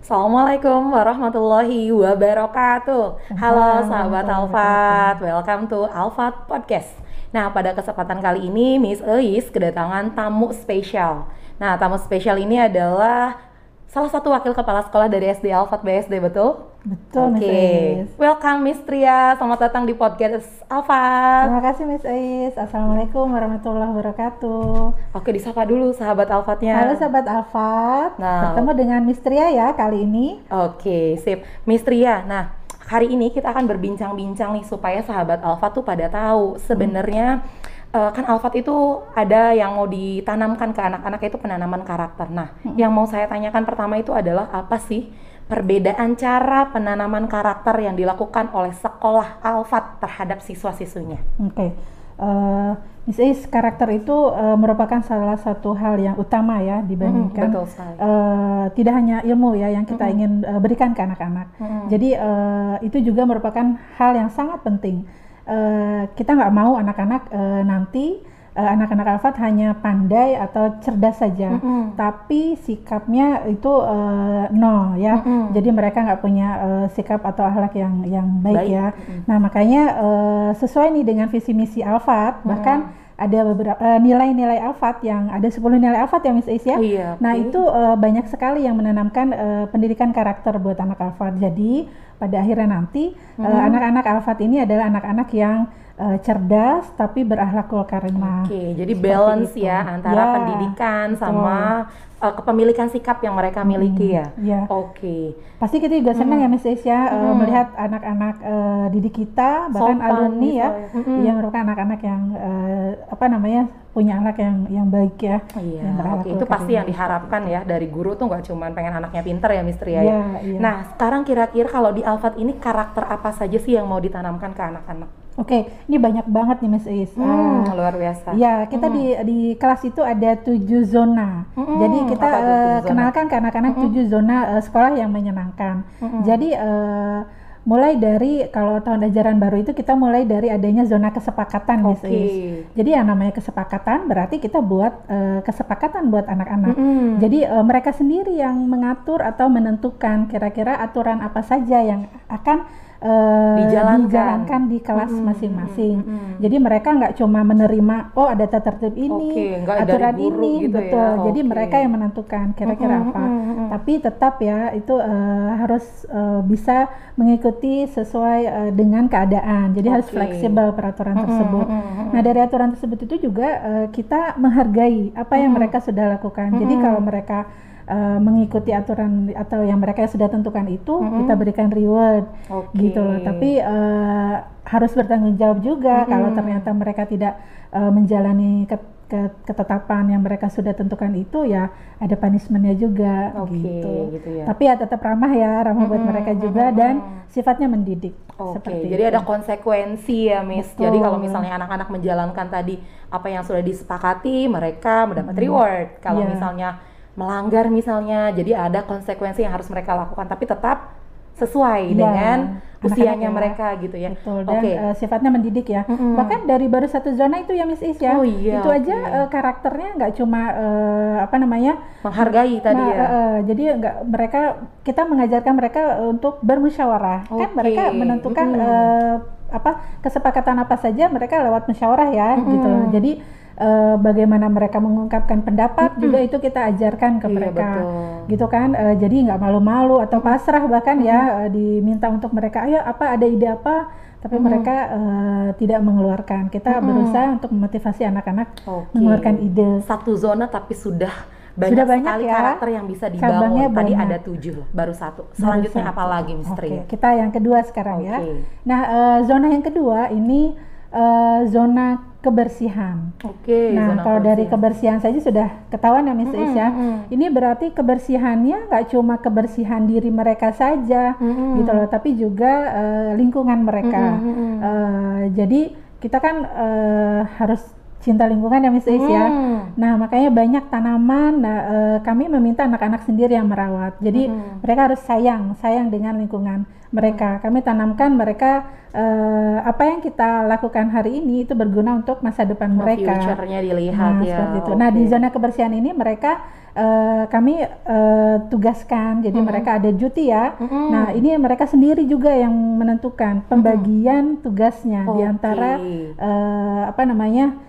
Assalamualaikum warahmatullahi wabarakatuh. Halo sahabat Alfat, welcome to Alfat Podcast. Nah, pada kesempatan kali ini Miss Eis kedatangan tamu spesial. Nah, tamu spesial ini adalah salah satu wakil kepala sekolah dari SD Alfat BSD, betul? Betul, Miss Oke. Ais. Welcome Miss Tria, selamat datang di podcast Alfat. Terima kasih Miss Ais. Assalamualaikum warahmatullahi wabarakatuh. Oke, disapa dulu sahabat Alfatnya. Halo sahabat Alfat. Nah, bertemu dengan Miss Tria ya kali ini. Oke, sip. Miss Tria, nah hari ini kita akan berbincang-bincang nih supaya sahabat Alfat tuh pada tahu sebenarnya kan Alfat itu ada yang mau ditanamkan ke anak-anak itu penanaman karakter. Nah, yang mau saya tanyakan pertama itu adalah apa sih perbedaan cara penanaman karakter yang dilakukan oleh sekolah Alfat terhadap siswa-siswinya? Oke. Miss Ais, karakter itu merupakan salah satu hal yang utama ya dibandingkan Betul sekali. tidak hanya ilmu ya yang kita ingin berikan ke anak-anak. Jadi itu juga merupakan hal yang sangat penting. Kita nggak mau anak-anak nanti anak-anak Alfat hanya pandai atau cerdas saja, tapi sikapnya itu nol ya. Jadi mereka nggak punya sikap atau akhlak yang baik ya. Nah makanya sesuai nih dengan visi misi Alfat, bahkan ada beberapa nilai-nilai Alfat yang ada 10 nilai Alfat ya Miss Ais ya. Iya, Nah itu banyak sekali yang menanamkan pendidikan karakter buat anak Alfat. Jadi pada akhirnya nanti anak-anak Alfat ini adalah anak-anak yang cerdas tapi berakhlakul karimah. Oke, jadi balance ya antara pendidikan sama kepemilikan sikap yang mereka miliki ya. Ya. Oke. Pasti kita juga senang ya Miss Ais ya melihat anak-anak didik kita bahkan Sopan alumni ya yang merupakan anak-anak yang punya anak yang baik ya. Iya, yang oke, itu pasti yang diharapkan ya dari guru tuh nggak cuma pengen anaknya pinter ya Miss Tria ya. Iya. Nah, sekarang kira-kira kalau di Alfat ini karakter apa saja sih yang mau ditanamkan ke anak-anak? Oke, ini banyak banget nih Miss Ais. Luar biasa. Ya, kita di kelas itu ada 7 zona. Jadi kita apa tuh 7 zona? kenalkan ke anak-anak 7 zona sekolah yang menyenangkan. Jadi mulai dari kalau tahun ajaran baru itu kita mulai dari adanya zona kesepakatan Miss Ais. Jadi yang namanya kesepakatan berarti kita buat kesepakatan buat anak-anak. Jadi mereka sendiri yang mengatur atau menentukan kira-kira aturan apa saja yang akan dijalankan di kelas masing-masing. Jadi mereka nggak cuma menerima ada tata tertib ini, aturan ini, gitu betul. Ya? Jadi mereka yang menentukan kira-kira apa. Tapi tetap ya itu harus bisa mengikuti sesuai dengan keadaan. Jadi harus fleksibel peraturan tersebut. Nah dari aturan tersebut itu juga kita menghargai apa yang mereka sudah lakukan. Jadi kalau mereka mengikuti aturan atau yang mereka sudah tentukan itu kita berikan reward gitu loh. Tapi harus bertanggung jawab juga kalau ternyata mereka tidak menjalani ketetapan yang mereka sudah tentukan itu ya ada punishmentnya juga gitu ya. Tapi ya tetap ramah buat mereka juga dan sifatnya mendidik. Jadi ada konsekuensi ya Miss. Betul. Jadi kalau misalnya anak-anak menjalankan tadi apa yang sudah disepakati, mereka mendapat reward. Kalau misalnya melanggar misalnya, jadi ada konsekuensi yang harus mereka lakukan, tapi tetap sesuai dengan usianya mereka gitu ya. Betul, dan sifatnya mendidik ya. Bahkan dari baru satu zona itu ya Miss Is ya. Itu aja karakternya nggak cuma menghargai tadi ya. Jadi kita mengajarkan mereka untuk bermusyawarah. Kan mereka menentukan kesepakatan apa saja mereka lewat musyawarah ya gitu loh. Jadi bagaimana mereka mengungkapkan pendapat juga itu kita ajarkan ke mereka, gitu kan. Jadi nggak malu-malu atau pasrah bahkan ya diminta untuk mereka, ayo ada ide apa, tapi mereka tidak mengeluarkan. Kita berusaha untuk memotivasi anak-anak mengeluarkan ide. Satu zona tapi sudah banyak sekali ya karakter yang bisa dibangun. Tadi ada 7, baru 1. Selanjutnya apa lagi Miss Tria? Kita yang kedua sekarang ya. Nah zona yang kedua ini zona kebersihan. Nah kalau dari kebersihan saja sudah ketahuan ya Miss Is ya. Ini berarti kebersihannya nggak cuma kebersihan diri mereka saja gitu loh, tapi juga lingkungan mereka. Jadi kita kan harus cinta lingkungan ya Miss Is ya. Nah makanya banyak tanaman. Nah, kami meminta anak-anak sendiri yang merawat. Jadi mereka harus sayang dengan lingkungan mereka. Kami tanamkan mereka apa yang kita lakukan hari ini itu berguna untuk masa depan mereka. Future-nya dilihat ya. Seperti itu. Nah di zona kebersihan ini mereka kami tugaskan. Jadi mereka ada duty ya. Nah ini mereka sendiri juga yang menentukan pembagian tugasnya di antara apa namanya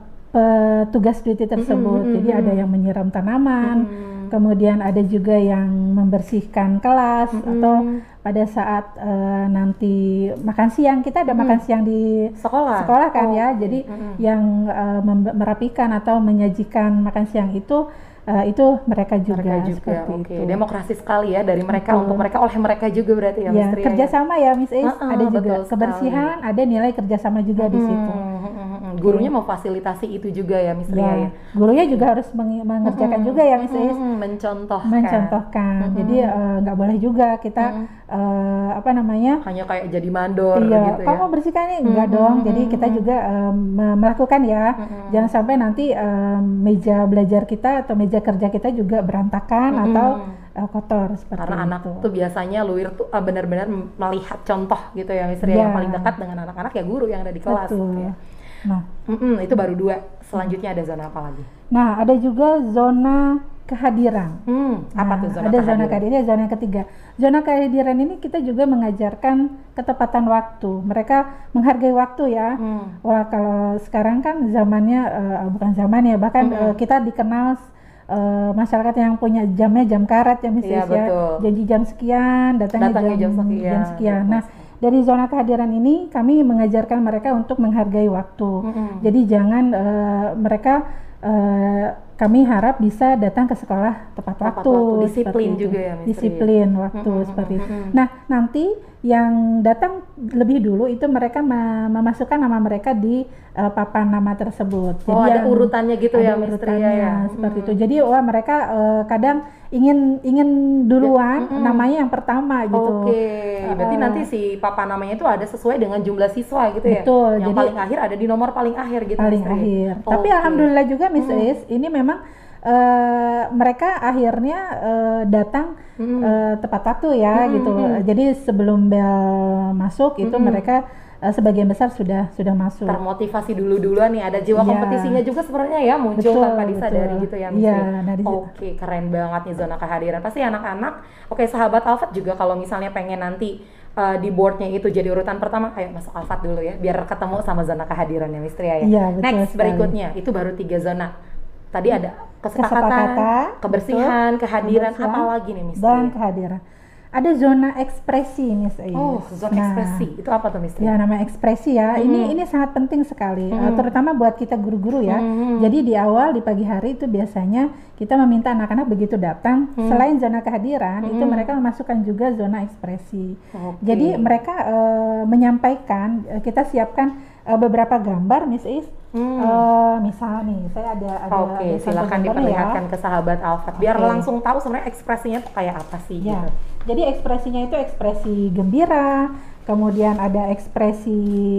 petugas duty tersebut. Jadi ada yang menyiram tanaman, kemudian ada juga yang membersihkan kelas, atau pada saat nanti makan siang, kita ada makan siang di sekolah kan ya. Jadi yang merapikan atau menyajikan makan siang itu mereka juga. Seperti itu. Demokrasi sekali ya dari mereka untuk mereka, oleh mereka juga berarti ya, Miss Tria. Kerjasama ya Miss Is, ada juga kebersihan, ada nilai kerjasama juga di situ. Gurunya memfasilitasi itu juga ya Miss Tria ya. Gurunya juga harus mengerjakan juga ya Miss Is, mencontohkan. Jadi nggak boleh juga kita apa namanya hanya kayak jadi mandor gitu ya. Kamu bersihkan ini enggak dong. Jadi kita juga melakukan ya. Jangan sampai nanti meja belajar kita atau meja kerja kita juga berantakan atau kotor seperti karena itu. Anak tuh biasanya luir tuh benar-benar melihat contoh gitu ya Miss Ria. Yang paling dekat dengan anak-anak ya guru yang ada di kelas. Gitu ya. Nah, itu baru 2. Selanjutnya ada zona apa lagi? Nah, ada juga zona kehadiran. Apa tuh zona ada kehadiran? Zona kehadiran, zona yang ketiga. Zona kehadiran ini kita juga mengajarkan ketepatan waktu. Mereka menghargai waktu ya. Wah, kalau sekarang kan zamannya bukan zaman ya, bahkan kita dikenal masyarakat yang punya jamnya jam karet ya Miss ya. Janji jam sekian, datangnya jam sekian. Nah, dari zona kehadiran ini kami mengajarkan mereka untuk menghargai waktu. Jadi jangan mereka kami harap bisa datang ke sekolah tepat waktu. Disiplin juga ya Miss. Disiplin waktu seperti itu. Nah nanti yang datang lebih dulu itu mereka memasukkan nama mereka di papan nama tersebut. Jadi ada urutannya gitu ya Miss ya. Seperti itu. Jadi mereka kadang ingin duluan namanya yang pertama gitu. Berarti nanti si papan namanya itu ada sesuai dengan jumlah siswa gitu ya. Betul. Yang paling akhir ada di nomor paling akhir gitu. Paling akhir. Tapi alhamdulillah juga Miss Is, ini memang mereka akhirnya datang tepat waktu ya gitu. Jadi sebelum bel masuk itu mereka sebagian besar sudah masuk. Termotivasi duluan nih, ada jiwa kompetisinya juga sebenarnya ya muncul tanpa disadari gitu ya Miss. Oke, keren banget nih zona kehadiran. Pasti anak-anak, sahabat Alfat juga kalau misalnya pengen nanti di boardnya itu jadi urutan pertama, kayak masuk Alfat dulu ya, biar ketemu sama zona kehadiran ya Miss Tria ya. Next berikutnya itu baru 3 zona. Tadi ada kesepakatan, kebersihan, kehadiran, apa lagi nih Miss Tria? Dan kehadiran. Ada zona ekspresi Miss Is. Zona ekspresi. Itu apa tuh Miss Tria? Ya nama ekspresi ya. Ini sangat penting sekali, terutama buat kita guru-guru ya. Jadi di awal di pagi hari itu biasanya kita meminta anak-anak begitu datang, selain zona kehadiran itu mereka memasukkan juga zona ekspresi. Jadi mereka menyampaikan, kita siapkan beberapa gambar Miss Is. Misal nih, saya ada silakan diperlihatkan ke sahabat Alfat biar langsung tahu sebenarnya ekspresinya tuh kayak apa sih gitu. Jadi ekspresinya itu ekspresi gembira, kemudian ada ekspresi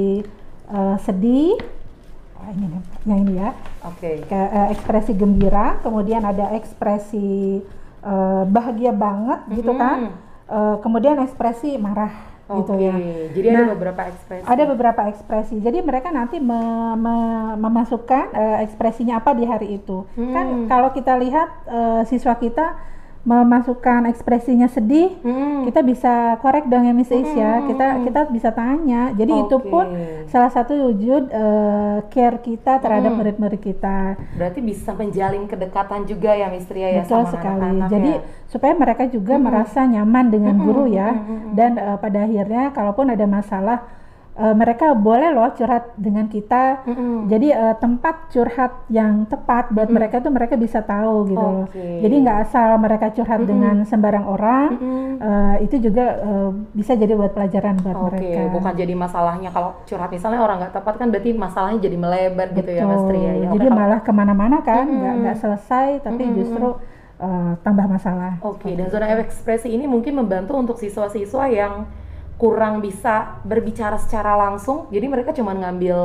sedih. Yang ini ya. Ekspresi gembira, kemudian ada ekspresi bahagia banget gitu kan. Kemudian ekspresi marah gitu ya. Jadi ada beberapa ekspresi. Ada beberapa ekspresi. Jadi mereka nanti memasukkan ekspresinya apa di hari itu. Kan kalau kita lihat siswa kita memasukkan ekspresinya sedih, kita bisa korek dong ya Miss Is ya. Kita bisa tanya. Jadi itu pun salah satu wujud care kita terhadap murid-murid kita. Berarti bisa menjalin kedekatan juga ya Miss Tria ya. Betul sama sekali. anak-anak Jadi supaya mereka juga merasa nyaman dengan guru ya. Dan pada akhirnya kalaupun ada masalah, mereka boleh loh curhat dengan kita. Jadi tempat curhat yang tepat buat mereka tuh mereka bisa tahu gitu loh. Jadi nggak asal mereka curhat dengan sembarang orang. Itu juga bisa jadi buat pelajaran buat mereka. Bukan jadi masalahnya kalau curhat misalnya orang nggak tepat kan berarti masalahnya jadi melebar gitu ya Mas Tria ya. Jadi malah kemana-mana kan, nggak selesai tapi justru tambah masalah. Dan zona ekspresi ini mungkin membantu untuk siswa-siswa yang kurang bisa berbicara secara langsung, jadi mereka cuma ngambil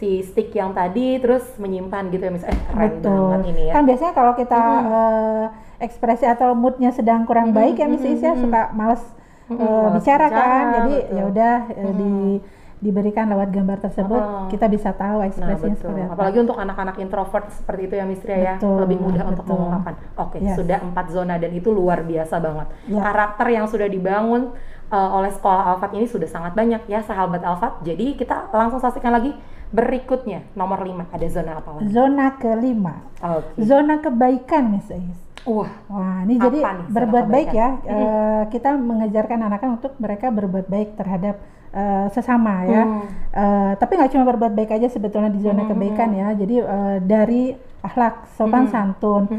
si stick yang tadi terus menyimpan gitu ya misalnya. Keren Betul. banget ini ya. Kan biasanya kalau kita ekspresi atau moodnya sedang kurang baik ya Miss Is ya, suka males bicara kan, jadi ya udah diberikan lewat gambar tersebut kita bisa tahu ekspresinya seperti apa. Apalagi untuk anak-anak introvert seperti itu ya Miss Tria ya, lebih mudah untuk mengungkapkan. Oke, sudah 4 zona dan itu luar biasa banget. Karakter yang sudah dibangun oleh sekolah Alphard ini sudah sangat banyak ya sahabat Alphard. Jadi kita langsung saksikan lagi berikutnya, nomor 5 ada zona apa lagi? Zona kelima, zona kebaikan Miss Is. Wah, ini jadi berbuat baik ya. Kita mengajarkan anak-anak untuk mereka berbuat baik terhadap sesama ya. Tapi nggak cuma berbuat baik aja sebetulnya di zona kebaikan ya. Jadi dari akhlak, sopan santun,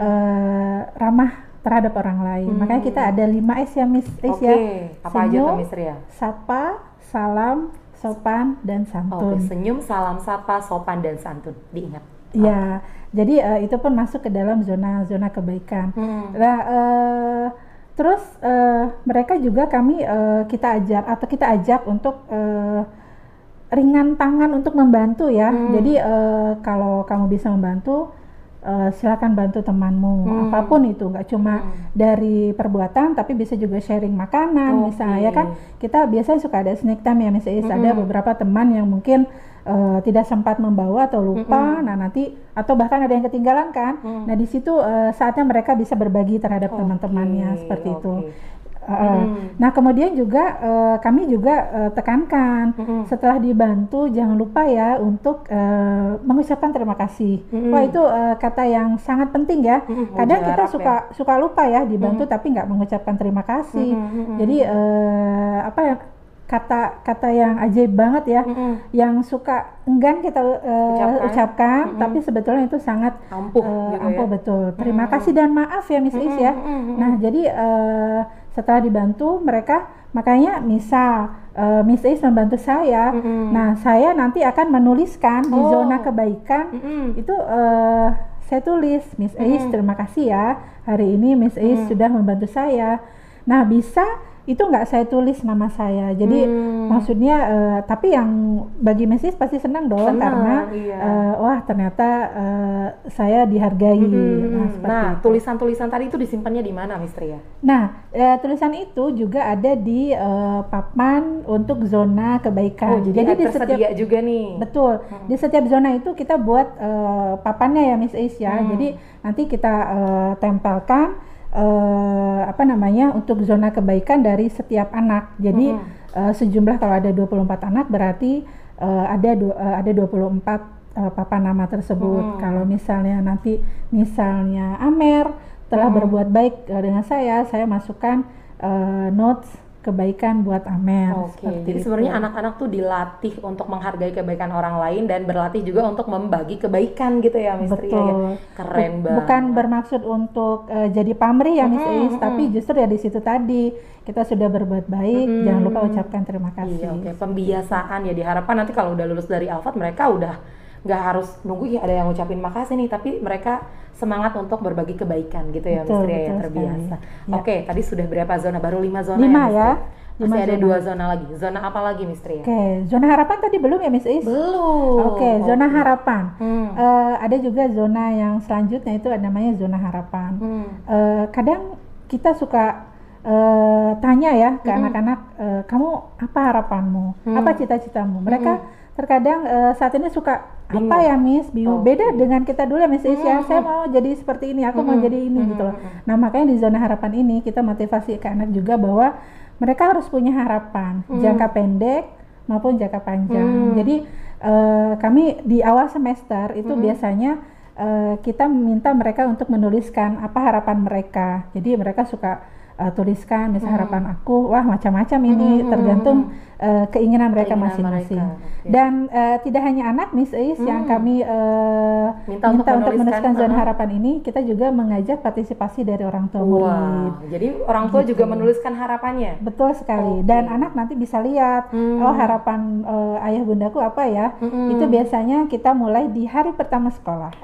ramah terhadap orang lain. Makanya kita ada 5S ya Miss Is ya. Apa aja tuh Miss Ria? Sapa, salam, sopan, dan santun. Senyum, salam, sapa, sopan, dan santun. Diingat. Ya, jadi itu pun masuk ke dalam zona kebaikan. Nah, terus mereka juga kita ajak untuk ringan tangan untuk membantu ya. Jadi kalau kamu bisa membantu, silakan bantu temanmu. Apapun itu, nggak cuma dari perbuatan, tapi bisa juga sharing makanan misalnya ya kan. Kita biasanya suka ada snack time ya Miss Is. Ada beberapa teman yang mungkin tidak sempat membawa atau lupa, nah nanti atau bahkan ada yang ketinggalan kan. Nah di situ saatnya mereka bisa berbagi terhadap teman-temannya seperti itu. Nah kemudian juga kami juga tekankan setelah dibantu jangan lupa ya untuk mengucapkan terima kasih. Wah itu kata yang sangat penting ya. Kadang kita suka lupa ya dibantu tapi nggak mengucapkan terima kasih. Jadi apa ya, kata yang ajaib banget ya, yang suka enggan kita ucapkan, tapi sebetulnya itu sangat ampuh betul. Terima kasih dan maaf ya Miss Is ya. Nah jadi setelah dibantu mereka, makanya misal Miss Is membantu saya, nah saya nanti akan menuliskan di zona kebaikan itu saya tulis Miss Is terima kasih ya hari ini Miss Is sudah membantu saya. Nah bisa itu nggak saya tulis nama saya, jadi maksudnya tapi yang bagi Miss Is pasti senang dong karena wah ternyata saya dihargai. Nah tulisan-tulisan tadi itu disimpannya di mana Miss Tria? Nah tulisan itu juga ada di papan untuk zona kebaikan. Jadi di setiap juga nih. Betul. Di setiap zona itu kita buat papannya ya Miss Is ya. Jadi nanti kita tempelkan untuk zona kebaikan dari setiap anak. Jadi sejumlah kalau ada 24 anak berarti ada 24 papan nama tersebut. Kalau misalnya nanti Amer telah berbuat baik dengan saya masukkan notes kebaikan buat Amer. Jadi sebenarnya anak-anak tuh dilatih untuk menghargai kebaikan orang lain dan berlatih juga untuk membagi kebaikan gitu ya Miss Tria ya. Keren banget. Bukan bermaksud untuk jadi pamrih ya Miss Is, tapi justru ya di situ tadi kita sudah berbuat baik, jangan lupa ucapkan terima kasih. Pembiasaan ya, diharapkan nanti kalau udah lulus dari Alphard mereka udah nggak harus nunggu ya ada yang ngucapin makasih nih, tapi mereka semangat untuk berbagi kebaikan gitu ya Miss Tria ya, terbiasa. Ya. Tadi sudah berapa zona? Baru 5 zona 5 ya. Masih ada 2 zona lagi. Zona apa lagi Miss Tria? Zona harapan tadi belum ya Miss Is? Belum. Zona harapan. Ada juga zona yang selanjutnya itu namanya zona harapan. Kadang kita suka tanya ya ke anak-anak, kamu apa harapanmu? Apa cita-citamu? Mereka terkadang saat ini suka bingung. Apa ya Miss, bingung. Beda dengan kita dulu ya Miss Is ya, saya mau jadi seperti ini, aku mau jadi ini gitu loh. Nah makanya di zona harapan ini kita motivasi ke anak juga bahwa mereka harus punya harapan jangka pendek maupun jangka panjang. Jadi kami di awal semester itu biasanya kita minta mereka untuk menuliskan apa harapan mereka. Jadi mereka suka tuliskan misal harapan aku, wah macam-macam ini tergantung keinginan mereka masing-masing. Dan tidak hanya anak Miss Is yang kami minta untuk menuliskan zona harapan ini, kita juga mengajak partisipasi dari orang tua murid. Jadi orang tua juga menuliskan harapannya. Betul sekali. Dan anak nanti bisa lihat, oh harapan ayah bundaku apa ya? Itu biasanya kita mulai di hari pertama sekolah.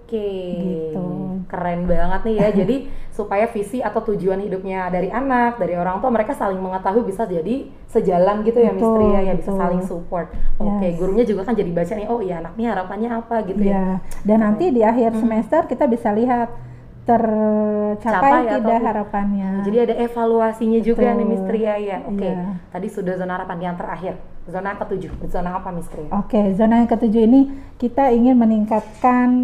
Gitu. Keren banget nih ya. Jadi supaya visi atau tujuan hidupnya dari anak, dari orang tua, mereka saling mengetahui, bisa jadi sejalan gitu ya, Miss Tria ya, bisa saling support. Gurunya juga kan jadi baca nih, oh iya anaknya harapannya apa gitu ya. Dan nanti di akhir semester kita bisa lihat tercapai tidak harapannya. Jadi ada evaluasinya juga nih Miss Tria ya. Tadi sudah zona harapan. Yang terakhir, zona ke-7. Zona apa Miss Tria? Zona yang ke-7 ini kita ingin meningkatkan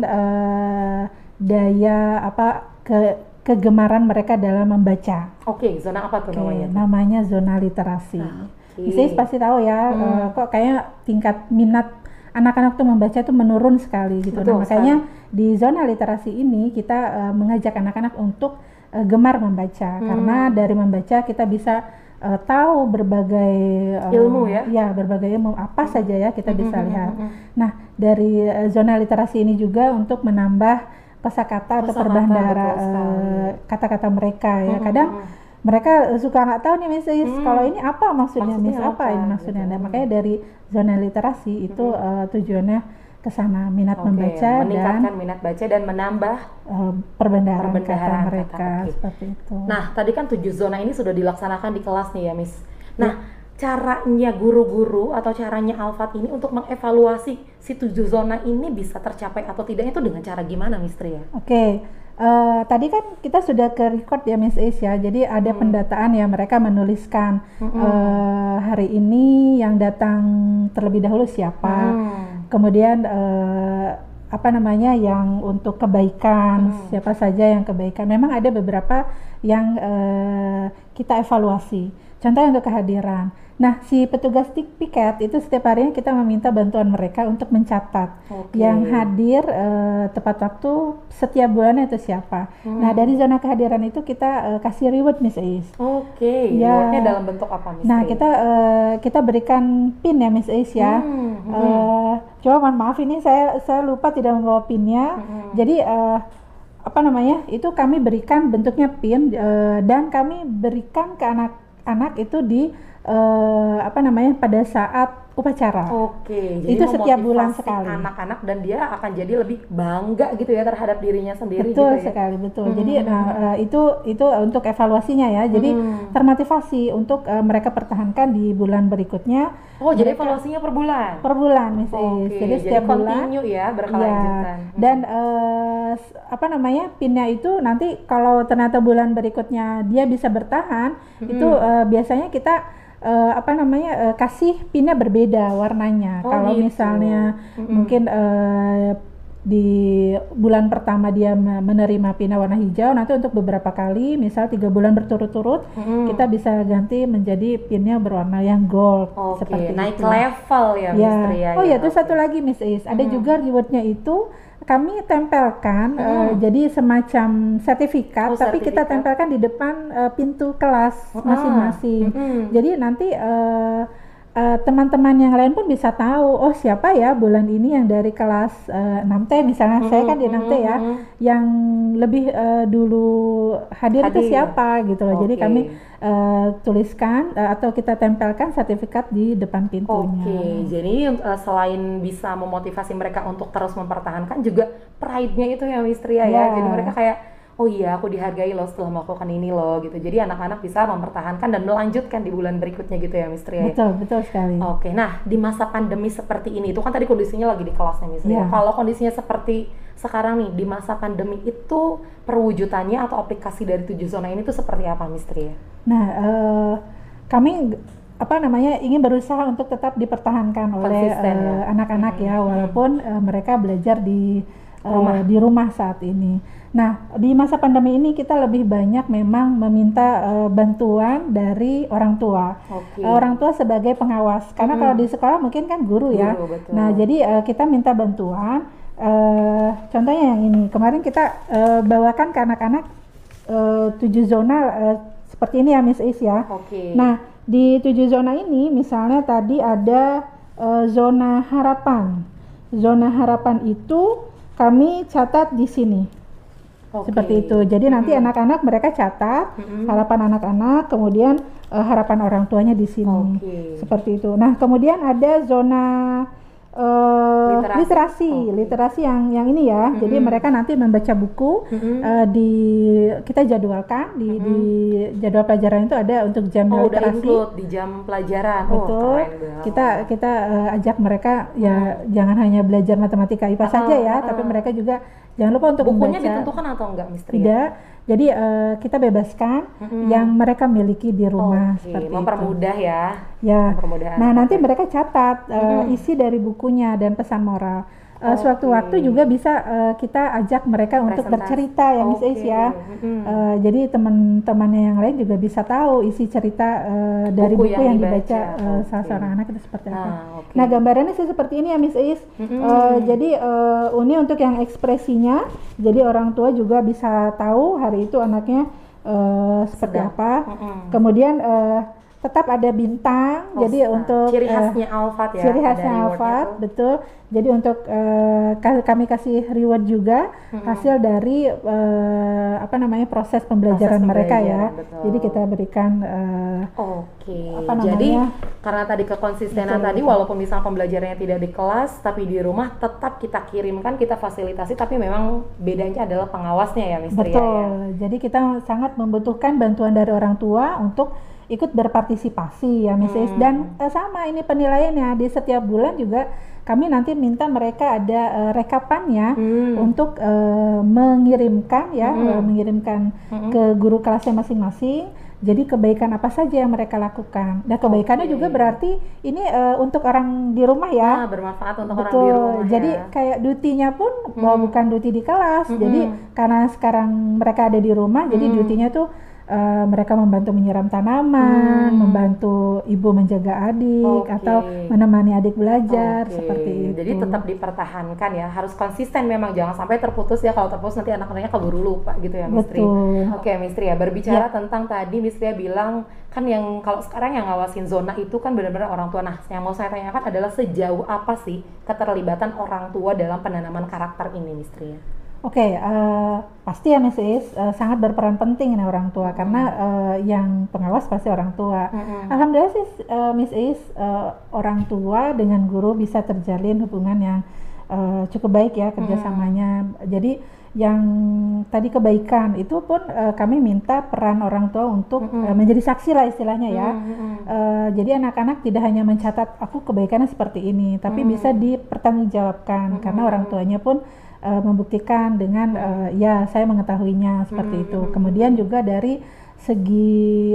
daya kegemaran mereka dalam membaca. Zona apa tuh namanya? Namanya zona literasi. Misalnya pasti tahu ya, kok kayak tingkat minat anak-anak tuh membaca tuh menurun sekali gitu. Makanya di zona literasi ini kita mengajak anak-anak untuk gemar membaca, karena dari membaca kita bisa tahu berbagai ilmu ya, berbagai ilmu apa saja ya kita bisa lihat. Nah, dari zona literasi ini juga untuk menambah kosakata atau perbandara kata-kata mereka ya. Kadang mereka suka nggak tahu nih Miss Is, kalau ini apa maksudnya Miss, apa ini maksudnya. Dan makanya dari zona literasi itu tujuannya ke sana, minat membaca, meningkatkan minat baca dan menambah perbendaharaan kata mereka seperti itu. Nah, tadi kan 7 zona ini sudah dilaksanakan di kelas nih ya Miss. Nah, caranya guru-guru atau caranya Alfat ini untuk mengevaluasi si 7 zona ini bisa tercapai atau tidaknya itu dengan cara gimana Miss Tria? Tadi kan kita sudah ke record ya Miss Is ya, jadi ada pendataan ya, mereka menuliskan hari ini yang datang terlebih dahulu siapa, kemudian yang untuk kebaikan, siapa saja yang kebaikan. Memang ada beberapa yang kita evaluasi. Contoh untuk kehadiran. Nah, si petugas piket itu setiap harinya kita meminta bantuan mereka untuk mencatat yang hadir tepat waktu setiap bulannya itu siapa. Nah, dari zona kehadiran itu kita kasih reward Miss Is. Rewardnya dalam bentuk apa Miss? Nah, kita berikan pin ya Miss Is ya. Coba mohon maaf ini saya lupa tidak membawa pinnya. Jadi itu kami berikan bentuknya pin dan kami berikan ke anak-anak itu di pada saat upacara. Jadi itu setiap bulan sekali. Anak-anak dan dia akan jadi lebih bangga gitu ya terhadap dirinya sendiri. Betul sekali, betul. Jadi itu untuk evaluasinya ya. Jadi termotivasi untuk mereka pertanyakan di bulan berikutnya. Jadi evaluasinya per bulan? Per bulan, Miss Is. Jadi setiap bulan. Continue ya, berkelanjutan. Dan pinnya itu nanti kalau ternyata bulan berikutnya dia bisa bertahan, itu biasanya kita kasih pinnya berbeda warnanya. Kalau misalnya mungkin di bulan pertama dia menerima pina warna hijau, nanti untuk beberapa kali, misal 3 bulan berturut-turut, kita bisa ganti menjadi pinnya berwarna yang gold. Seperti naik level ya Miss Tria. Itu satu lagi Miss Is, ada juga rewardnya itu kami tempelkan jadi semacam sertifikat, tapi kita tempelkan di depan pintu kelas masing-masing. Jadi nanti teman-teman yang lain pun bisa tahu, oh siapa ya bulan ini yang dari kelas 6T misalnya, saya kan di 6T ya, yang lebih dulu hadir itu siapa gitu loh. Jadi kami tuliskan atau kita tempelkan sertifikat di depan pintunya. Jadi selain bisa memotivasi mereka untuk terus mempertahankan, juga pride-nya itu ya Miss Tria ya. Jadi mereka kayak, oh iya aku dihargai loh setelah melakukan ini loh gitu. Jadi anak-anak bisa mempertahankan dan melanjutkan di bulan berikutnya gitu ya Miss Tria. Betul sekali. Nah di masa pandemi seperti ini, itu kan tadi kondisinya lagi di kelasnya Miss Tria. Kalau kondisinya seperti sekarang nih, di masa pandemi itu perwujudannya atau aplikasi dari 7 zona ini tuh seperti apa Miss Tria? Nah, kami ingin berusaha untuk tetap dipertahankan oleh anak-anak ya, walaupun mereka belajar di rumah saat ini. Nah, di masa pandemi ini kita lebih banyak memang meminta bantuan dari orang tua. Orang tua sebagai pengawas. Karena kalau di sekolah mungkin kan guru ya. Betul. Nah, jadi kita minta bantuan. Contohnya yang ini. Kemarin kita bawakan ke anak-anak 7 zona seperti ini ya Miss Is ya. Nah, di 7 zona ini misalnya tadi ada zona harapan. Zona harapan itu kami catat di sini. Seperti itu. Jadi nanti anak-anak mereka catat harapan anak-anak, kemudian harapan orang tuanya di sini. Seperti itu. Nah, kemudian ada zona literasi yang ini ya. Jadi mereka nanti membaca buku, kita jadwalkan di jadwal pelajaran itu ada untuk jam literasi. Udah include di jam pelajaran. Betul. Kita ajak mereka ya jangan hanya belajar matematika IPA saja ya, tapi mereka juga jangan lupa untuk bukunya membaca. ditentukan atau enggak, Miss Tria? Tidak. Jadi kita bebaskan yang mereka miliki di rumah seperti mempermudah itu. Ya. Nah, nanti mereka catat isi dari bukunya dan pesan moral. Sewaktu-waktu juga bisa kita ajak mereka untuk bercerita ya Miss Ais ya. Jadi teman-temannya yang lain juga bisa tahu isi cerita dari buku yang dibaca salah seorang anak itu seperti apa. Nah, gambarannya seperti ini ya Miss Ais. Jadi ini untuk yang ekspresinya. Jadi orang tua juga bisa tahu hari itu anaknya seperti apa. Kemudian tetap ada bintang, jadi untuk ciri khasnya Alfat ya. Ciri khasnya Alfat, betul. Jadi untuk kami kasih reward juga hasil dari proses pembelajaran mereka ya. Betul. Jadi kita berikan Jadi karena tadi kekonsistenan tadi, walaupun misalnya pembelajarannya tidak di kelas, tapi di rumah tetap kita kirimkan, kita fasilitasi, tapi memang bedanya adalah pengawasnya ya, Miss Tria. Betul. Jadi kita sangat membutuhkan bantuan dari orang tua untuk ikut berpartisipasi ya Miss Ais. Dan sama ini penilaiannya di setiap bulan juga kami nanti minta mereka ada rekapannya untuk mengirimkan ke guru kelasnya masing-masing. Jadi kebaikan apa saja yang mereka lakukan. Dan kebaikannya juga berarti ini untuk orang di rumah ya. Bermanfaat untuk orang di rumah. Jadi kayak dutinya pun bukan duti di kelas. Jadi karena sekarang mereka ada di rumah, jadi dutinya tuh mereka membantu menyiram tanaman, membantu ibu menjaga adik, atau menemani adik belajar, seperti itu. Jadi tetap dipertahankan ya, harus konsisten memang, jangan sampai terputus ya. Kalau terputus nanti anak-anaknya keburu lupa gitu ya, Miss Tria. Miss Tria, berbicara tentang tadi Miss Tria bilang kan yang kalau sekarang yang ngawasin zona itu kan benar-benar orang tua. Nah, yang mau saya tanyakan adalah sejauh apa sih keterlibatan orang tua dalam penanaman karakter ini, Miss Tria? Pasti ya Miss Ais, sangat berperan penting nih orang tua, karena yang pengawas pasti orang tua. Alhamdulillah sih Miss Ais, orang tua dengan guru bisa terjalin hubungan yang cukup baik ya kerjasamanya. Jadi yang tadi kebaikan itu pun kami minta peran orang tua untuk menjadi saksi lah istilahnya ya. Jadi anak-anak tidak hanya mencatat aku kebaikannya seperti ini, tapi bisa dipertanggungjawabkan karena orang tuanya pun membuktikan dengan ya saya mengetahuinya seperti itu. Kemudian juga dari segi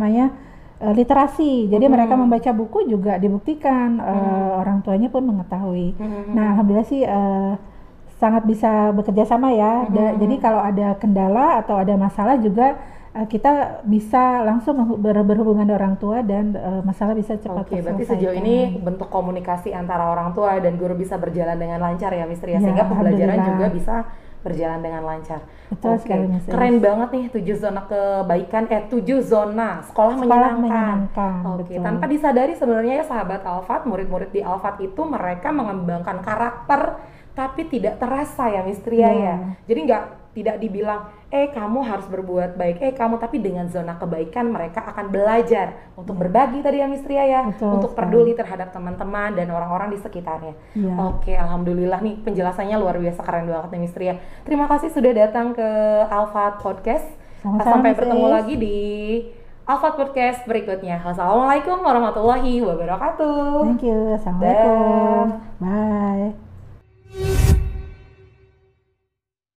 literasi, jadi mereka membaca buku juga dibuktikan orang tuanya pun mengetahui. Nah, alhamdulillah sih sangat bisa bekerja sama ya. Jadi kalau ada kendala atau ada masalah juga kita bisa langsung berhubungan dengan orang tua dan masalah bisa cepat terselesaikan. Berarti sejauh ini bentuk komunikasi antara orang tua dan guru bisa berjalan dengan lancar ya, Miss Tria, sehingga pembelajaran juga bisa berjalan dengan lancar. Betul sekali, Miss. Keren banget nih 7 zona kebaikan, 7 zona sekolah menyenangkan. Tanpa disadari sebenarnya ya sahabat Alfat, murid-murid di Alfat itu mereka mengembangkan karakter tapi tidak terasa ya Miss Tria ya. Jadi tidak dibilang kamu harus berbuat baik, kamu, tapi dengan zona kebaikan mereka akan belajar untuk berbagi tadi ya Miss Tria ya, untuk peduli terhadap teman-teman dan orang-orang di sekitarnya. Alhamdulillah nih penjelasannya luar biasa, keren banget nih Miss Tria. Terima kasih sudah datang ke Alfat Podcast. Sampai bertemu lagi di Alfat Podcast berikutnya. Wassalamualaikum warahmatullahi wabarakatuh. Thank you. Assalamualaikum. Bye.